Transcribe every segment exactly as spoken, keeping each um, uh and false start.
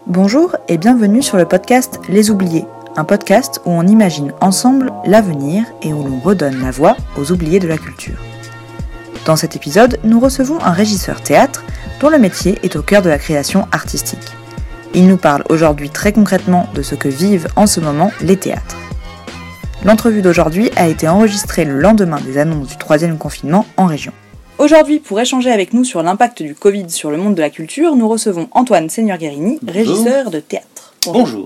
Bonjour et bienvenue sur le podcast Les Oubliés, un podcast où on imagine ensemble l'avenir et où l'on redonne la voix aux oubliés de la culture. Dans cet épisode, nous recevons un régisseur théâtre dont le métier est au cœur de la création artistique. Il nous parle aujourd'hui très concrètement de ce que vivent en ce moment les théâtres. L'entrevue d'aujourd'hui a été enregistrée le lendemain des annonces du troisième confinement en région. Aujourd'hui, pour échanger avec nous sur l'impact du Covid sur le monde de la culture, nous recevons Antoine Seigneur-Guérini, régisseur de théâtre. Bonjour. Bonjour.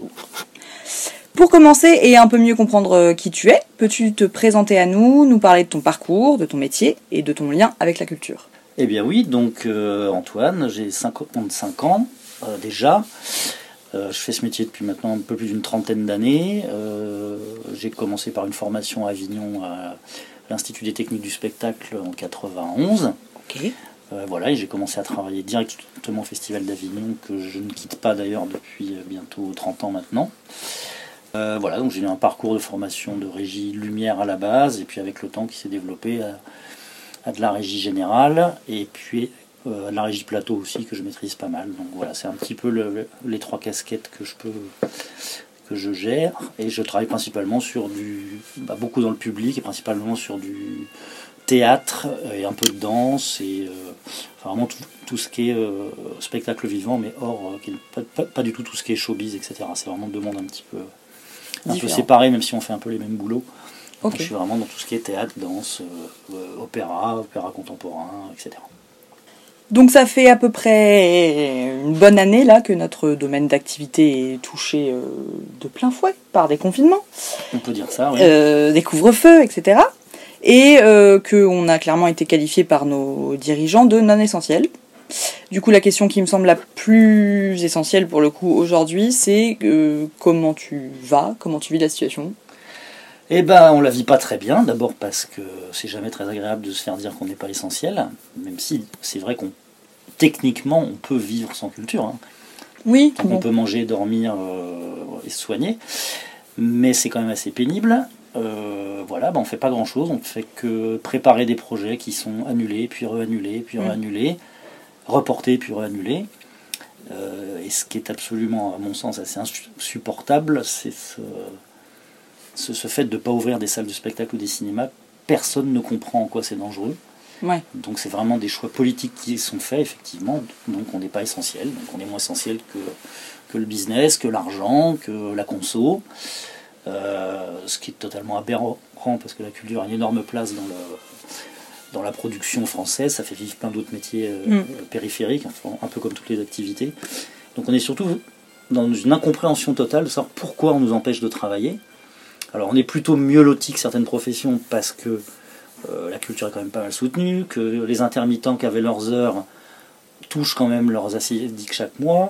Pour commencer et un peu mieux comprendre qui tu es, peux-tu te présenter à nous, nous parler de ton parcours, de ton métier et de ton lien avec la culture ? Eh bien oui, donc euh, Antoine, j'ai cinquante-cinq ans euh, déjà. Euh, je fais ce métier depuis maintenant un peu plus d'une trentaine d'années. Euh, j'ai commencé par une formation à Avignon à l'Institut des techniques du spectacle en quatre-vingt-onze. Ok. Euh, voilà, et j'ai commencé à travailler directement au Festival d'Avignon, que je ne quitte pas d'ailleurs depuis bientôt trente ans maintenant. Euh, voilà, donc j'ai eu un parcours de formation de régie lumière à la base, et puis avec le temps qui s'est développé à, à de la régie générale, et puis euh, à de la régie plateau aussi, que je maîtrise pas mal. Donc voilà, c'est un petit peu le, les trois casquettes que je peux... que je gère, et je travaille principalement sur du, bah, beaucoup dans le public, et principalement sur du théâtre, et un peu de danse, et euh, enfin, vraiment tout, tout ce qui est euh, spectacle vivant, mais hors, euh, qui est pas, pas, pas du tout tout ce qui est showbiz, et cetera. C'est vraiment deux mondes un petit peu, un peu séparés, même si on fait un peu les mêmes boulots. Okay. Donc, je suis vraiment dans tout ce qui est théâtre, danse, euh, euh, opéra, opéra contemporain, et cetera. Donc ça fait à peu près une bonne année là que notre domaine d'activité est touché euh, de plein fouet par des confinements. On peut dire ça, oui. Euh, des couvre-feux, et cetera. Et euh, qu'on a clairement été qualifié par nos dirigeants de non essentiels. Du coup, la question qui me semble la plus essentielle pour le coup aujourd'hui, c'est euh, comment tu vas, comment tu vis la situation ? Eh ben, on la vit pas très bien, d'abord parce que c'est jamais très agréable de se faire dire qu'on n'est pas essentiel, même si c'est vrai qu'on techniquement on peut vivre sans culture. Hein. Oui. Donc bon. on peut manger, dormir euh, et se soigner, mais c'est quand même assez pénible. Euh, voilà, ben on fait pas grand chose, on fait que préparer des projets qui sont annulés, puis re-annulés, puis mmh. re-annulés, reportés, puis re-annulés. Euh, et ce qui est absolument, à mon sens, assez insupportable, c'est ce... Ce, ce fait de ne pas ouvrir des salles de spectacle ou des cinémas, personne ne comprend en quoi c'est dangereux. Ouais. Donc c'est vraiment des choix politiques qui sont faits, effectivement. Donc on n'est pas essentiel. Donc on est moins essentiel que, que le business, que l'argent, que la conso. Euh, ce qui est totalement aberrant, parce que la culture a une énorme place dans, le, dans la production française. Ça fait vivre plein d'autres métiers euh, mm. périphériques, enfin, un peu comme toutes les activités. Donc on est surtout dans une incompréhension totale de savoir pourquoi on nous empêche de travailler. Alors on est plutôt mieux lotis que certaines professions parce que euh, la culture est quand même pas mal soutenue, que les intermittents qui avaient leurs heures touchent quand même leurs assidiques chaque mois.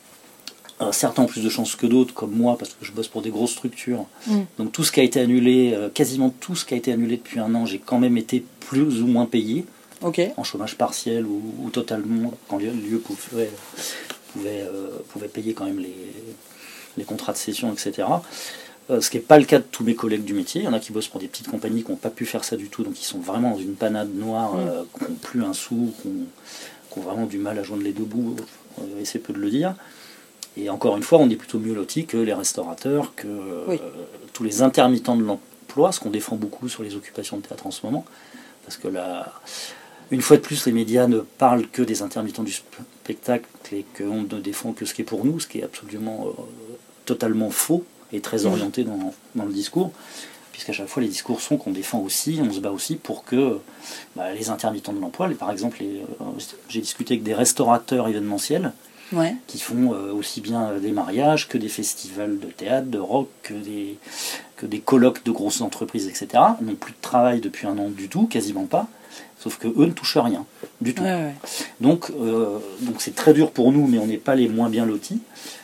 Euh, certains ont plus de chance que d'autres, comme moi, parce que je bosse pour des grosses structures. Mmh. Donc tout ce qui a été annulé, euh, quasiment tout ce qui a été annulé depuis un an, j'ai quand même été plus ou moins payé, okay. en chômage partiel ou, ou totalement, quand le lieu pouvait, pouvait, euh, pouvait payer quand même les, les contrats de session, et cetera. Ce qui n'est pas le cas de tous mes collègues du métier. Il y en a qui bossent pour des petites compagnies qui n'ont pas pu faire ça du tout, donc ils sont vraiment dans une panade noire, mmh. euh, qui n'ont plus un sou, qui ont, qui ont vraiment du mal à joindre les deux bouts, euh, et c'est peu de le dire. Et encore une fois, on est plutôt mieux lotis que les restaurateurs, que oui. euh, tous les intermittents de l'emploi, ce qu'on défend beaucoup sur les occupations de théâtre en ce moment. Parce que là, une fois de plus, les médias ne parlent que des intermittents du spectacle et qu'on ne défend que ce qui est pour nous, ce qui est absolument euh, totalement faux. Et très orienté dans, dans le discours, puisqu'à chaque fois les discours sont qu'on défend aussi, on se bat aussi pour que bah, les intermittents de l'emploi, les, par exemple, les, euh, j'ai discuté avec des restaurateurs événementiels ouais. qui font euh, aussi bien des mariages que des festivals de théâtre, de rock, que des, que des colloques de grosses entreprises, et cetera. Ils n'ont plus de travail depuis un an du tout, quasiment pas, sauf qu'eux ne touchent rien du tout. Ouais, ouais. Donc, euh, donc c'est très dur pour nous, mais on n'est pas les moins bien lotis.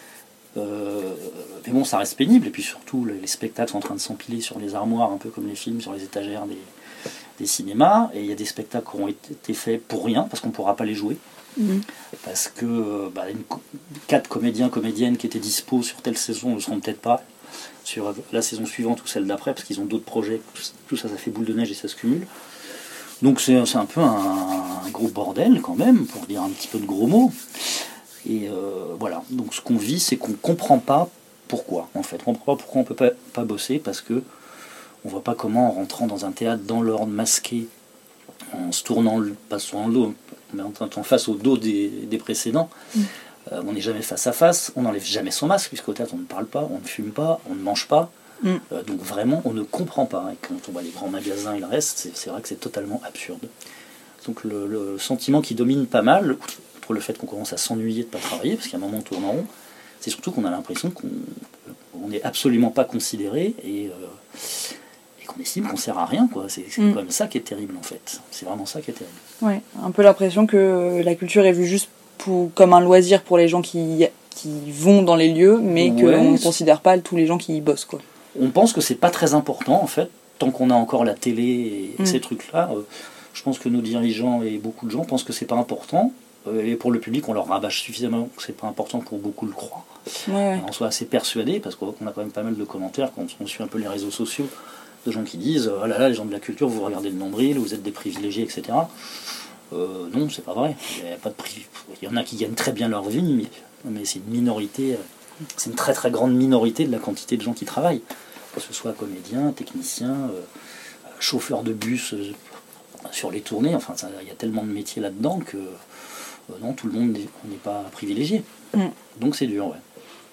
Euh, mais bon, ça reste pénible, et puis surtout les spectacles sont en train de s'empiler sur les armoires, un peu comme les films sur les étagères des, des cinémas, et il y a des spectacles qui ont été faits pour rien, parce qu'on ne pourra pas les jouer, mmh. parce que bah, une, quatre comédiens, comédiennes qui étaient dispo sur telle saison ne seront peut-être pas sur la saison suivante ou celle d'après, parce qu'ils ont d'autres projets, tout ça, ça fait boule de neige et ça se cumule. Donc c'est, c'est un peu un, un gros bordel quand même, pour dire un petit peu de gros mots. Et euh, voilà, donc ce qu'on vit, c'est qu'on ne comprend pas pourquoi, en fait. On ne comprend pas pourquoi on ne peut pas, pas bosser, parce que on ne voit pas comment, en rentrant dans un théâtre, dans l'ordre masqué, en se tournant, pas sur le dos, mais en étant face au dos des, des précédents, mmh. euh, on n'est jamais face à face, on n'enlève jamais son masque, puisqu'au théâtre, on ne parle pas, on ne fume pas, on ne mange pas. Mmh. Euh, donc vraiment, on ne comprend pas. Et quand on voit les grands magasins et le reste, c'est, c'est vrai que c'est totalement absurde. Donc le, le sentiment qui domine pas mal, pour le fait qu'on commence à s'ennuyer de ne pas travailler, parce qu'à un moment on tourne en rond, c'est surtout qu'on a l'impression qu'on n'est absolument pas considéré et, euh, et qu'on estime qu'on ne sert à rien, quoi. C'est, c'est mmh. quand même ça qui est terrible, en fait. C'est vraiment ça qui est terrible. Ouais, un peu l'impression que la culture est vue juste pour, comme un loisir pour les gens qui, qui vont dans les lieux, mais ouais. qu'on ne considère pas tous les gens qui y bossent, quoi. On pense que c'est pas très important, en fait, tant qu'on a encore la télé et mmh. ces trucs-là. Euh, je pense que nos dirigeants et beaucoup de gens pensent que c'est pas important. Et pour le public, on leur rabâche suffisamment que c'est pas important pour beaucoup le croient. Ouais, ouais. On soit assez persuadés, parce qu'on a quand même pas mal de commentaires quand on suit un peu les réseaux sociaux, de gens qui disent « Oh là là, les gens de la culture, vous regardez le nombril, vous êtes des privilégiés, et cetera » euh, Non, c'est pas vrai. Il y a pas de pri... Il y en a qui gagnent très bien leur vie, mais, mais c'est une minorité, c'est une très très grande minorité de la quantité de gens qui travaillent. Que ce soit comédiens, techniciens, euh, chauffeurs de bus euh, sur les tournées, enfin, il y a tellement de métiers là-dedans que Euh, non, tout le monde n'est pas privilégié. Mmh. Donc c'est dur, ouais.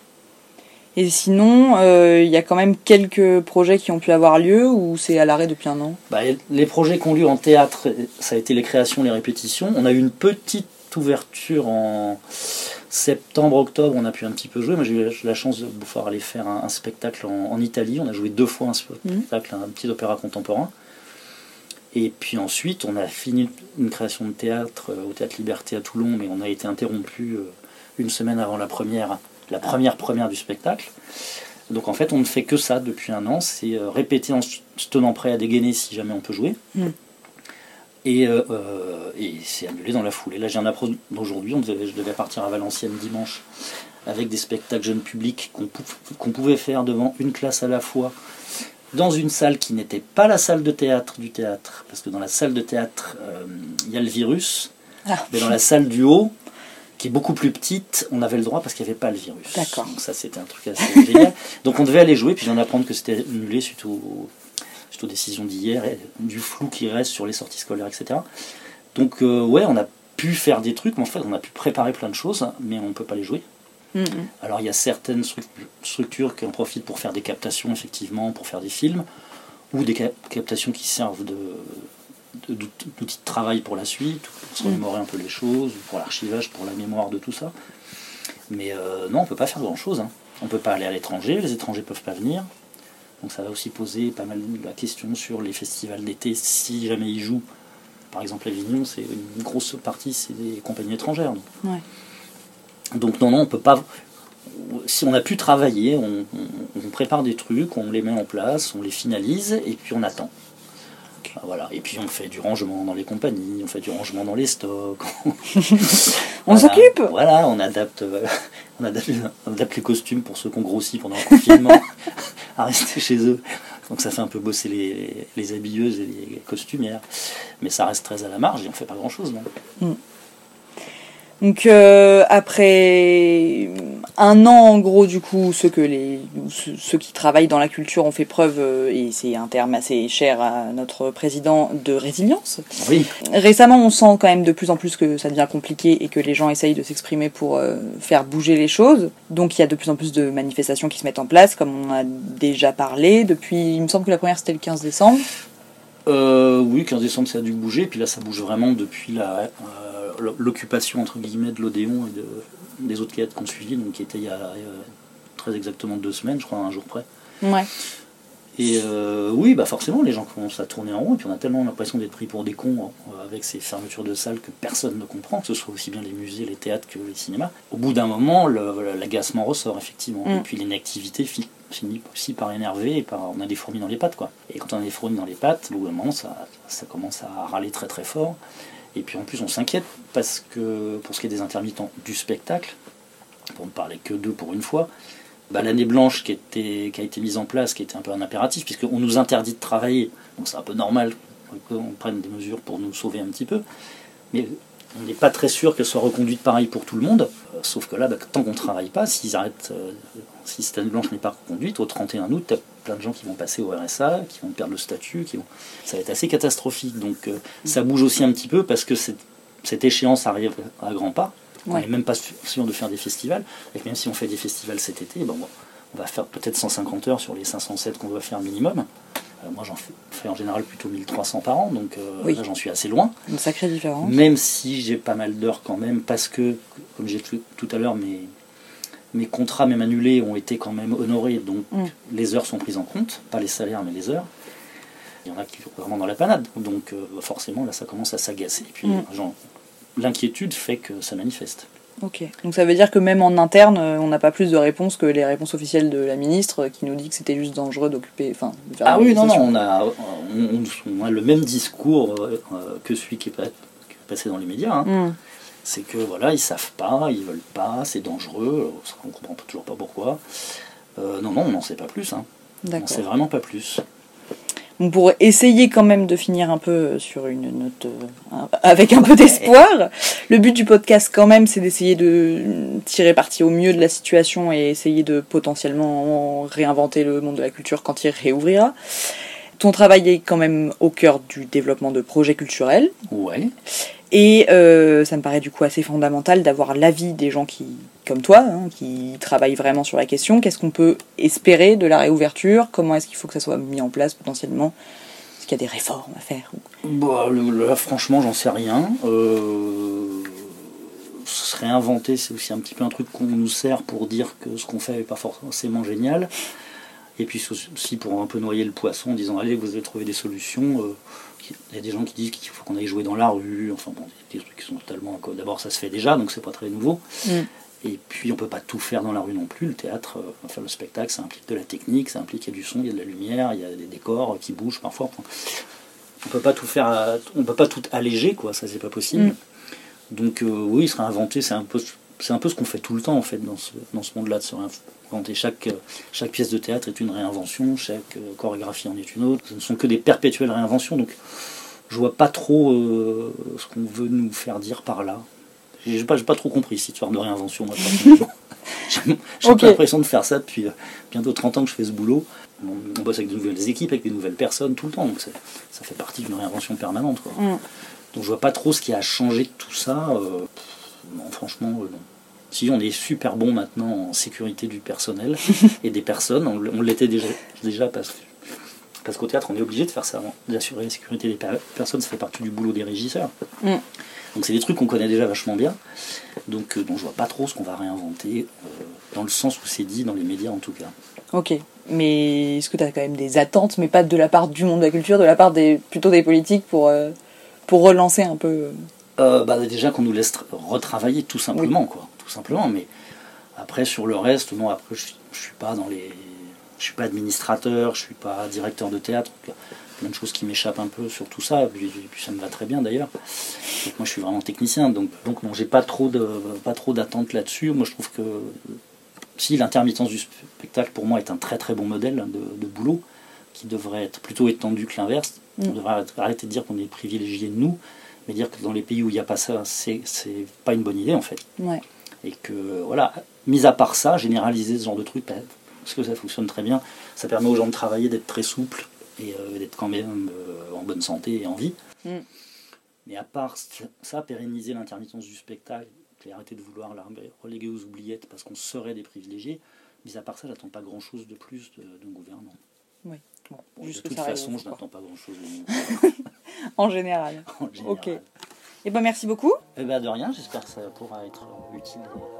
Et sinon, il euh, y a quand même quelques projets qui ont pu avoir lieu, ou c'est à l'arrêt depuis un an ? Bah, les projets qui ont lieu en théâtre, ça a été les créations, les répétitions. On a eu une petite ouverture en septembre, octobre, on a pu un petit peu jouer. Moi, j'ai eu la chance de pouvoir aller faire un, un spectacle en, en Italie. On a joué deux fois un spectacle, mmh. un petit opéra contemporain. Et puis ensuite, on a fini une création de théâtre euh, au Théâtre Liberté à Toulon, mais on a été interrompu euh, une semaine avant la première, la première première du spectacle. Donc en fait, on ne fait que ça depuis un an, c'est euh, répéter en se tenant prêt à dégainer si jamais on peut jouer. Mm. Et, euh, et c'est annulé dans la foulée. Là, j'ai un approche d'aujourd'hui, on devait, je devais partir à Valenciennes dimanche avec des spectacles jeunes publics qu'on, qu'on pouvait faire devant une classe à la fois, dans une salle qui n'était pas la salle de théâtre du théâtre, parce que dans la salle de théâtre, il euh, y a le virus, ah. mais dans la salle du haut, qui est beaucoup plus petite, on avait le droit parce qu'il n'y avait pas le virus. D'accord. Donc ça, c'était un truc assez génial. Donc on devait aller jouer, puis je viens d'apprendre que c'était annulé suite, au, suite aux décisions d'hier, et du flou qui reste sur les sorties scolaires, et cetera. Donc euh, ouais, on a pu faire des trucs, mais en fait, on a pu préparer plein de choses, mais on ne peut pas les jouer. Mmh. Alors il y a certaines structures qui en profitent pour faire des captations, effectivement, pour faire des films, ou des cap- captations qui servent de, de, de, d'outils de travail pour la suite, pour se remémorer un peu les choses, pour l'archivage, pour la mémoire de tout ça. Mais euh, non, on ne peut pas faire grand-chose. Hein. On ne peut pas aller à l'étranger, les étrangers ne peuvent pas venir. Donc ça va aussi poser pas mal la question sur les festivals d'été, si jamais ils jouent. Par exemple, Avignon, c'est une grosse partie, c'est des compagnies étrangères. Donc. Ouais. Donc non, non, on peut pas. Si on a pu travailler, on, on, on prépare des trucs, on les met en place, on les finalise, et puis on attend. Voilà. Et puis on fait du rangement dans les compagnies, on fait du rangement dans les stocks. on voilà. s'occupe. Voilà, on adapte, on adapte, on adapte les costumes pour ceux qui ont grossi pendant le confinement à rester chez eux. Donc ça fait un peu bosser les, les, les habilleuses et les costumières. Mais ça reste très à la marge et on ne fait pas grand-chose, non. Mm. Donc euh, après un an en gros du coup, ceux que les ceux qui travaillent dans la culture ont fait preuve, et c'est un terme assez cher à notre président, de résilience. Oui. Récemment, on sent quand même de plus en plus que ça devient compliqué et que les gens essayent de s'exprimer pour euh, faire bouger les choses. Donc il y a de plus en plus de manifestations qui se mettent en place, comme on a déjà parlé depuis. Il me semble que la première c'était le quinze décembre. Euh, oui, quinze décembre ça a dû bouger, puis là ça bouge vraiment depuis la euh, l'occupation entre guillemets de l'Odéon et de, des autres théâtres qu'on suivit, donc qui était il y a euh, très exactement deux semaines, je crois, un jour près. Ouais. Et euh, oui, bah forcément, les gens commencent à tourner en rond, et puis on a tellement l'impression d'être pris pour des cons euh, avec ces fermetures de salles que personne ne comprend, que ce soit aussi bien les musées, les théâtres que les cinémas. Au bout d'un moment, le, l'agacement ressort, effectivement. Mm. Et puis l'inactivité fi- finit aussi par énerver, et par, on a des fourmis dans les pattes, quoi. Et quand on a des fourmis dans les pattes, au bout d'un moment, ça, ça commence à râler très très fort. Et puis en plus, on s'inquiète, parce que pour ce qui est des intermittents du spectacle, pour ne parler que d'eux pour une fois, bah, l'année blanche qui, était, qui a été mise en place, qui était un peu un impératif, puisqu'on nous interdit de travailler, donc c'est un peu normal qu'on prenne des mesures pour nous sauver un petit peu, mais on n'est pas très sûr qu'elle soit reconduite pareil pour tout le monde. Euh, sauf que là, bah, tant qu'on ne travaille pas, s'ils arrêtent, euh, si cette année blanche n'est pas reconduite, au trente et un août, tu as plein de gens qui vont passer au R S A, qui vont perdre le statut, qui vont... ça va être assez catastrophique. Donc euh, ça bouge aussi un petit peu parce que cette, cette échéance arrive à grands pas. Ouais. On n'est même pas sûr de faire des festivals. Et même si on fait des festivals cet été, ben, on va faire peut-être cent cinquante heures sur les cinq cent sept qu'on doit faire minimum. Euh, moi, j'en fais, fais en général plutôt mille trois cents par an, donc euh, oui. Là, j'en suis assez loin. Une sacrée différence. Même si j'ai pas mal d'heures quand même, parce que, comme j'ai dit tout à l'heure, mes, mes contrats, même annulés, ont été quand même honorés, donc mm. les heures sont prises en compte, pas les salaires, mais les heures. Il y en a qui sont vraiment dans la panade, donc euh, forcément, là, ça commence à s'agacer. Et puis, mm. genre, l'inquiétude fait que ça manifeste. Ok, donc ça veut dire que même en interne, on n'a pas plus de réponses que les réponses officielles de la ministre qui nous dit que c'était juste dangereux d'occuper... Enfin, de faire ah oui, non, non, on a, on, on a le même discours euh, que celui qui est, pas, qui est passé dans les médias. Hein. Mm. C'est que voilà, ils savent pas, ils veulent pas, c'est dangereux, on comprend toujours pas pourquoi. Euh, non, non, on n'en sait pas plus. Hein. On n'en sait vraiment pas plus. Donc pour essayer quand même de finir un peu sur une note euh, avec un peu d'espoir, le but du podcast quand même c'est d'essayer de tirer parti au mieux de la situation et essayer de potentiellement réinventer le monde de la culture quand il réouvrira. Ton travail est quand même au cœur du développement de projets culturels. Ouais. Et euh, ça me paraît du coup assez fondamental d'avoir l'avis des gens qui, comme toi, hein, qui travaillent vraiment sur la question. Qu'est-ce qu'on peut espérer de la réouverture ? Comment est-ce qu'il faut que ça soit mis en place potentiellement ? Est-ce qu'il y a des réformes à faire ? Bah, là, franchement, j'en sais rien. Euh, se réinventer, c'est aussi un petit peu un truc qu'on nous sert pour dire que ce qu'on fait n'est pas forcément génial. Et puis aussi pour un peu noyer le poisson en disant allez, vous avez trouvé des solutions. Euh, il y a des gens qui disent qu'il faut qu'on aille jouer dans la rue. Enfin bon, des trucs qui sont totalement... D'abord, ça se fait déjà, donc c'est pas très nouveau. Mm. Et puis on peut pas tout faire dans la rue non plus. Le théâtre, euh, enfin le spectacle, ça implique de la technique, ça implique qu'il y a du son, il y a de la lumière, il y a des décors qui bougent parfois. On peut pas tout faire, à, on peut pas tout alléger, quoi. Ça c'est pas possible. Mm. Donc euh, oui, se réinventer, c'est un peu, c'est un peu ce qu'on fait tout le temps en fait dans ce, dans ce monde-là, de se réinventer. Chaque, chaque pièce de théâtre est une réinvention, chaque euh, chorégraphie en est une autre. Ce ne sont que des perpétuelles réinventions. Donc je vois pas trop euh, ce qu'on veut nous faire dire par là. J'ai pas, j'ai pas trop compris cette histoire de réinvention. Moi, j'ai j'ai okay. l'impression de faire ça depuis euh, bientôt trente ans que je fais ce boulot. On, on bosse avec de nouvelles équipes, avec de nouvelles personnes tout le temps. Donc ça fait partie d'une réinvention permanente, quoi. Mm. Donc je vois pas trop ce qui a changé de tout ça. Euh, non, franchement, euh, non. Si, on est super bon maintenant en sécurité du personnel et des personnes. On, on l'était déjà, déjà parce que Parce qu'au théâtre, on est obligé de faire ça, d'assurer la sécurité des personnes, ça fait partie du boulot des régisseurs. Mm. Donc c'est des trucs qu'on connaît déjà vachement bien. Donc, euh, donc je vois pas trop ce qu'on va réinventer, euh, dans le sens où c'est dit dans les médias en tout cas. Ok, mais est-ce que tu as quand même des attentes, mais pas de la part du monde de la culture, de la part des, plutôt des politiques pour, euh, pour relancer un peu euh, bah, déjà qu'on nous laisse retravailler tout simplement, oui. quoi, tout simplement. Mais après sur le reste, non, après je, je suis pas dans les... Je suis pas administrateur, je suis pas directeur de théâtre, donc il y a plein de choses qui m'échappent un peu sur tout ça, et puis, et puis ça me va très bien d'ailleurs. Donc moi je suis vraiment technicien, donc, donc non, j'ai pas trop de pas trop d'attentes là-dessus. Moi je trouve que si l'intermittence du spectacle pour moi est un très très bon modèle de, de boulot, qui devrait être plutôt étendu que l'inverse. Mm. On devrait arrêter de dire qu'on est privilégié de nous, mais dire que dans les pays où il n'y a pas ça, c'est, c'est pas une bonne idée en fait. Ouais. Et que voilà, mis à part ça, généraliser ce genre de truc, parce que ça fonctionne très bien, ça permet aux gens de travailler, d'être très souples et euh, d'être quand même euh, en bonne santé et en vie. Mm. Mais à part ça, pérenniser l'intermittence du spectacle et arrêter de vouloir la reléguer aux oubliettes parce qu'on serait des privilégiés, mis à part ça, j'attends pas grand-chose de plus de, d'un gouvernement. Oui. Bon, bon, de toute façon, je n'attends pas grand-chose de nous. En général. En général. Ok. Eh ben merci beaucoup. Eh ben de rien, j'espère que ça pourra être utile.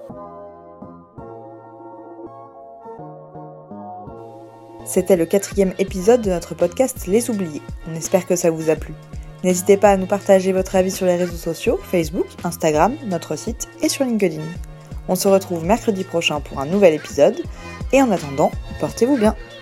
C'était le quatrième épisode de notre podcast Les Oubliés. On espère que ça vous a plu. N'hésitez pas à nous partager votre avis sur les réseaux sociaux, Facebook, Instagram, notre site et sur LinkedIn. On se retrouve mercredi prochain pour un nouvel épisode. Et en attendant, portez-vous bien.